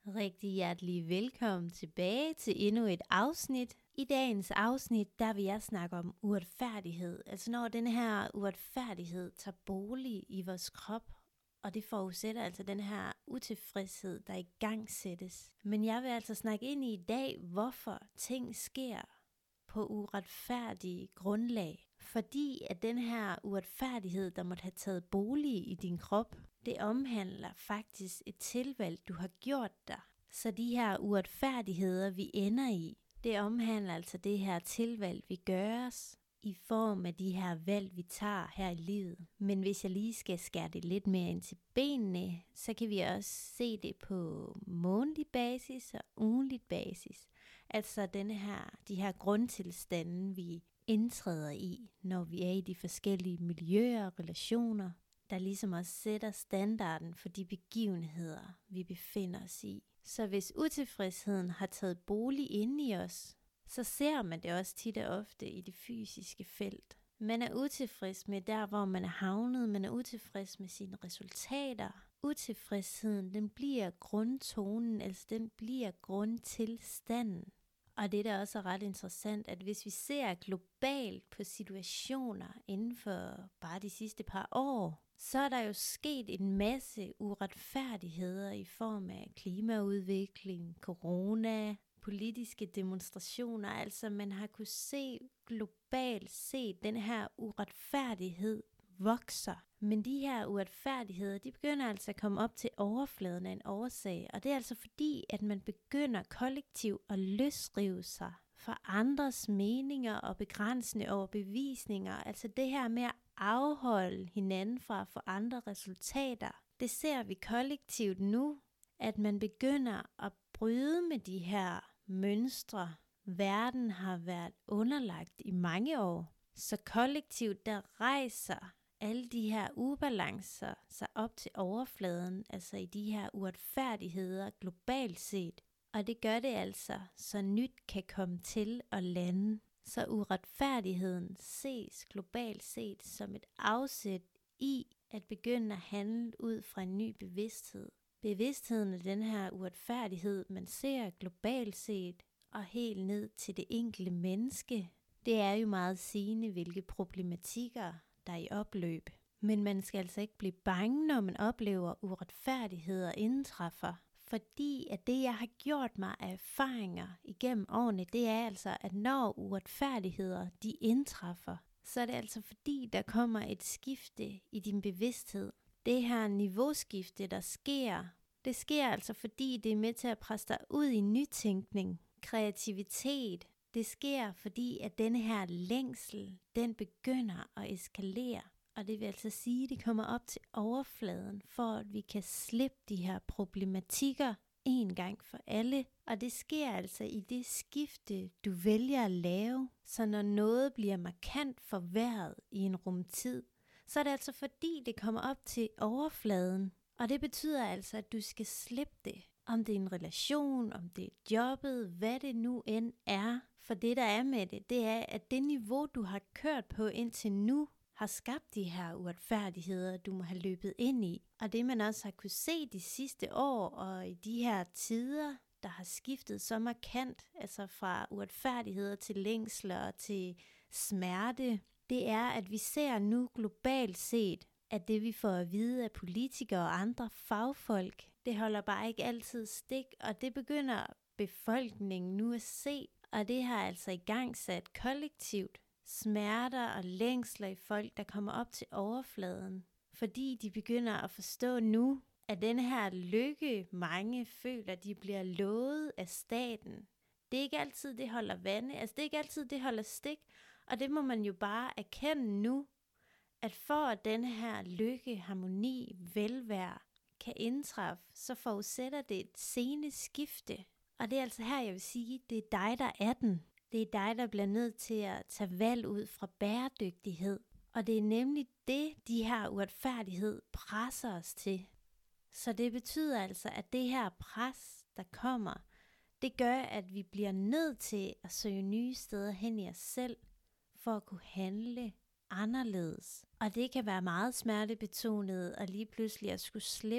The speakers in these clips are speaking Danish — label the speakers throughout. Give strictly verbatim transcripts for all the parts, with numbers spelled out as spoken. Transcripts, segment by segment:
Speaker 1: Rigtig hjertelig velkommen tilbage til endnu et afsnit. I dagens afsnit, der vil jeg snakke om uretfærdighed. Altså når den her uretfærdighed tager bolig i vores krop, og det forudsætter altså den her utilfredshed, der i gang sættes. Men jeg vil altså snakke ind i i dag, hvorfor ting sker på uretfærdige grundlag. Fordi at den her uretfærdighed, der måtte have taget bolig i din krop, det omhandler faktisk et tilvalg, du har gjort dig. Så de her uretfærdigheder, vi ender i, det omhandler altså det her tilvalg, vi gør os i form af de her valg, vi tager her i livet. Men hvis jeg lige skal skære det lidt mere ind til benene, så kan vi også se det på månedlig basis og ugentlig basis. Altså denne her, de her grundtilstande, vi indtræder i, når vi er i de forskellige miljøer og relationer, der ligesom også sætter standarden for de begivenheder, vi befinder os i. Så hvis utilfredsheden har taget bolig inde i os, så ser man det også tit og ofte i det fysiske felt. Man er utilfreds med der, hvor man er havnet. Man er utilfreds med sine resultater. Utilfredsheden, den bliver grundtonen, altså den bliver grundtilstanden. Og det der også er ret interessant, at hvis vi ser globalt på situationer inden for bare de sidste par år, så er der jo sket en masse uretfærdigheder i form af klimaudvikling, corona, politiske demonstrationer. Altså man har kunnet se globalt set den her uretfærdighed vokser. Men de her uretfærdigheder, de begynder altså at komme op til overfladen af en årsag. Og det er altså fordi, at man begynder kollektivt at løsrive sig fra andres meninger og begrænsende overbevisninger. Altså det her med at afholde hinanden fra at få andre resultater. Det ser vi kollektivt nu, at man begynder at bryde med de her mønstre. Verden har været underlagt i mange år. Så kollektivt, der rejser alle de her ubalancer sig op til overfladen, altså i de her uretfærdigheder globalt set. Og det gør det altså, så nyt kan komme til at lande. Så uretfærdigheden ses globalt set som et afsæt i at begynde at handle ud fra en ny bevidsthed. Bevidstheden af den her uretfærdighed, man ser globalt set og helt ned til det enkelte menneske, det er jo meget sigende, hvilke problematikker der er i opløb. Men man skal altså ikke blive bange, når man oplever uretfærdigheder indtræffer. Fordi at det, jeg har gjort mig af erfaringer igennem årene, det er altså, at når uretfærdigheder de indtræffer, så er det altså fordi, der kommer et skifte i din bevidsthed. Det her niveauskifte, der sker, det sker altså fordi, det er med til at presse dig ud i nytænkning, kreativitet. Det sker fordi, at denne her længsel, den begynder at eskalere. Og det vil altså sige, at det kommer op til overfladen, for at vi kan slippe de her problematikker en gang for alle. Og det sker altså i det skifte, du vælger at lave. Så når noget bliver markant forværret i en rumtid, så er det altså fordi, det kommer op til overfladen. Og det betyder altså, at du skal slippe det. Om det er en relation, om det er jobbet, hvad det nu end er. For det, der er med det, det er, at det niveau, du har kørt på indtil nu, har skabt de her uretfærdigheder, du må have løbet ind i. Og det, man også har kunne se de sidste år, og i de her tider, der har skiftet så markant, altså fra uretfærdigheder til længsler til smerte, det er, at vi ser nu globalt set, at det vi får at vide af politikere og andre fagfolk, det holder bare ikke altid stik, og det begynder befolkningen nu at se, og det har altså i gang sat kollektivt smerter og længsler i folk, der kommer op til overfladen, fordi de begynder at forstå nu, at den her lykke, mange føler, de bliver lovet af staten. Det er ikke altid, det holder vande, altså det er ikke altid, det holder stik, og det må man jo bare erkende nu, at for at den her lykke, harmoni, velvære kan indtræffe, så forudsætter det et sene skifte. Og det er altså her, jeg vil sige, det er dig, der er den. Det er dig, der bliver nødt til at tage valg ud fra bæredygtighed. Og det er nemlig det, de her uretfærdighed presser os til. Så det betyder altså, at det her pres, der kommer, det gør, at vi bliver nødt til at søge nye steder hen i os selv, for at kunne handle anderledes. Og det kan være meget smertebetonet at lige pludselig at skulle slippe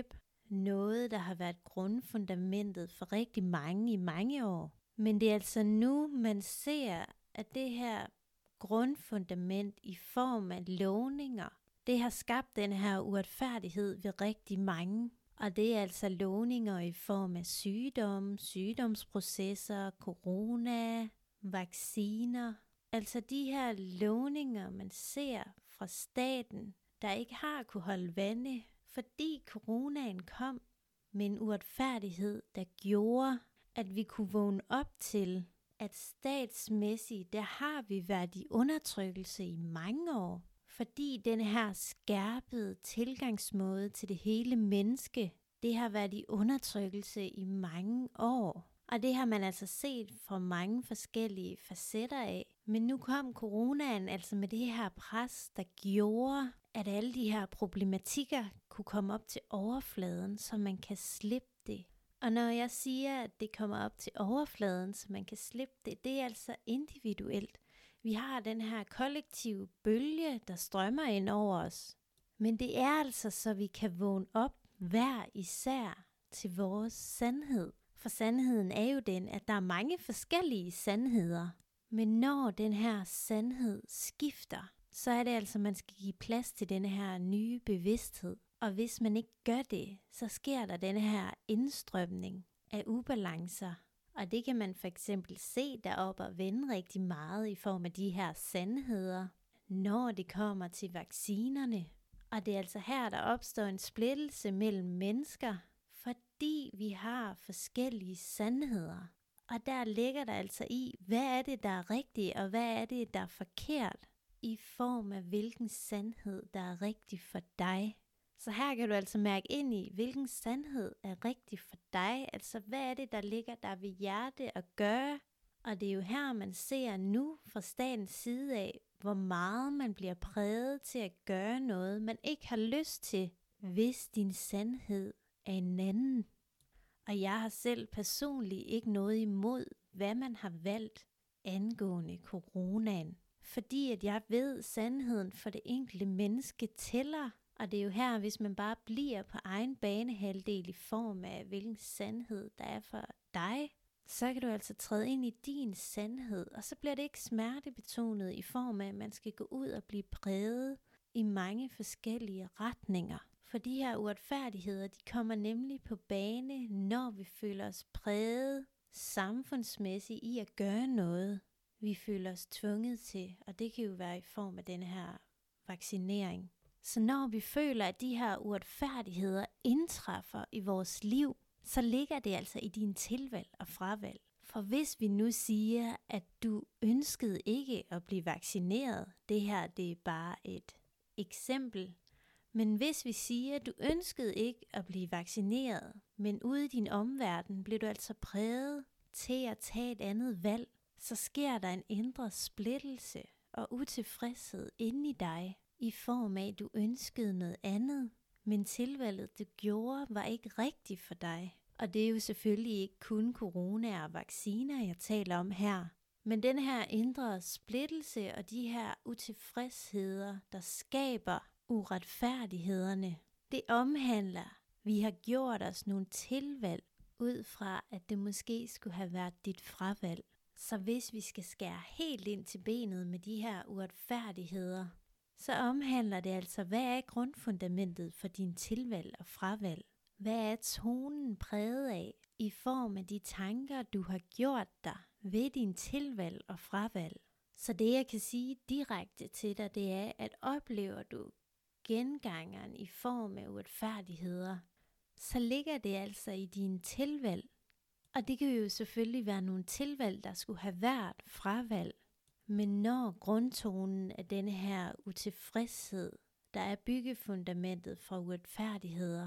Speaker 1: noget, der har været grundfundamentet for rigtig mange i mange år. Men det er altså nu, man ser, at det her grundfundament i form af lovninger, det har skabt den her uretfærdighed ved rigtig mange. Og det er altså lovninger i form af sygdom, sygdomsprocesser, corona, vacciner. Altså de her lovninger, man ser fra staten, der ikke har kunne holde vande, fordi coronaen kom med en uretfærdighed, der gjorde, at vi kunne vågne op til, at statsmæssigt, der har vi været i undertrykkelse i mange år. Fordi den her skærpede tilgangsmåde til det hele menneske, det har været i undertrykkelse i mange år. Og det har man altså set fra mange forskellige facetter af. Men nu kom coronaen altså med det her pres, der gjorde, at alle de her problematikker kunne komme op til overfladen, så man kan slippe det. Og når jeg siger, at det kommer op til overfladen, så man kan slippe det, det er altså individuelt. Vi har den her kollektive bølge, der strømmer ind over os. Men det er altså, så vi kan vågne op hver især til vores sandhed. For sandheden er jo den, at der er mange forskellige sandheder. Men når den her sandhed skifter, så er det altså, man skal give plads til denne her nye bevidsthed. Og hvis man ikke gør det, så sker der denne her indstrømning af ubalancer. Og det kan man for eksempel se deroppe og vende rigtig meget i form af de her sandheder, når det kommer til vaccinerne. Og det er altså her, der opstår en splittelse mellem mennesker, fordi vi har forskellige sandheder. Og der ligger der altså i, hvad er det, der er rigtigt, og hvad er det, der er forkert, i form af hvilken sandhed, der er rigtig for dig. Så her kan du altså mærke ind i, hvilken sandhed er rigtig for dig. Altså, hvad er det, der ligger der ved hjerte at gøre? Og det er jo her, man ser nu fra statens side af, hvor meget man bliver præget til at gøre noget, man ikke har lyst til, hvis din sandhed er en anden. Og jeg har selv personligt ikke noget imod, hvad man har valgt angående coronaen. Fordi at jeg ved, sandheden for det enkelte menneske tæller. Og det er jo her, hvis man bare bliver på egen banehalvdel i form af, hvilken sandhed der er for dig, så kan du altså træde ind i din sandhed, og så bliver det ikke smertebetonet i form af, at man skal gå ud og blive præget i mange forskellige retninger. For de her uretfærdigheder, de kommer nemlig på bane, når vi føler os præget samfundsmæssigt i at gøre noget, vi føler os tvunget til, og det kan jo være i form af denne her vaccinering. Så når vi føler, at de her uretfærdigheder indtræffer i vores liv, så ligger det altså i din tilvalg og fravalg. For hvis vi nu siger, at du ønskede ikke at blive vaccineret, det her det er bare et eksempel. Men hvis vi siger, at du ønskede ikke at blive vaccineret, men ude i din omverden blev du altså præget til at tage et andet valg, så sker der en indre splittelse og utilfredshed inde i dig, i form af, at du ønskede noget andet, men tilvalget du gjorde var ikke rigtigt for dig. Og det er jo selvfølgelig ikke kun corona og vacciner, jeg taler om her. Men den her indre splittelse og de her utilfredsheder, der skaber uretfærdighederne, det omhandler, vi har gjort os nogle tilvalg ud fra, at det måske skulle have været dit fravalg. Så hvis vi skal skære helt ind til benet med de her uretfærdigheder, så omhandler det altså, hvad er grundfundamentet for din tilvalg og fravalg? Hvad er tonen præget af i form af de tanker, du har gjort dig ved din tilvalg og fravalg? Så det, jeg kan sige direkte til dig, det er, at oplever du gengangeren i form af uretfærdigheder, så ligger det altså i din tilvalg. Og det kan jo selvfølgelig være nogle tilvalg, der skulle have været fravalg. Men når grundtonen af denne her utilfredshed, der er byggefundamentet fra uretfærdigheder,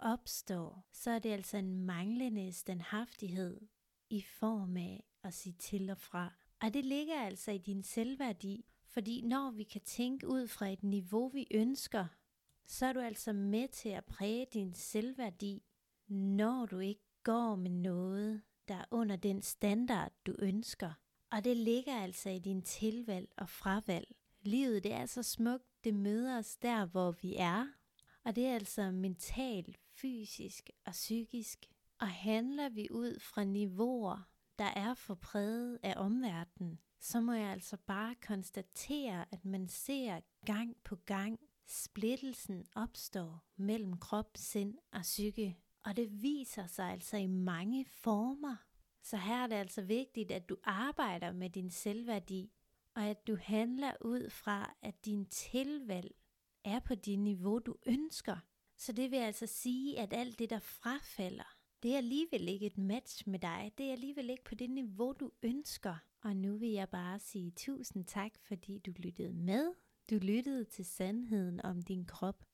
Speaker 1: opstår, så er det altså en manglende standhaftighed i form af at sige til og fra. Og det ligger altså i din selvværdi, fordi når vi kan tænke ud fra et niveau, vi ønsker, så er du altså med til at præge din selvværdi, når du ikke går med noget, der er under den standard, du ønsker. Og det ligger altså i din tilvalg og fravalg. Livet det er så smukt, det møder os der, hvor vi er. Og det er altså mentalt, fysisk og psykisk. Og handler vi ud fra niveauer, der er for præget af omverdenen, så må jeg altså bare konstatere, at man ser gang på gang, splittelsen opstår mellem krop, sind og psyke. Og det viser sig altså i mange former. Så her er det altså vigtigt, at du arbejder med din selvværdi, og at du handler ud fra, at din tilvalg er på det niveau, du ønsker. Så det vil altså sige, at alt det, der frafalder, det er alligevel ikke et match med dig. Det er alligevel ikke på det niveau, du ønsker. Og nu vil jeg bare sige tusind tak, fordi du lyttede med. Du lyttede til Sandheden om din krop.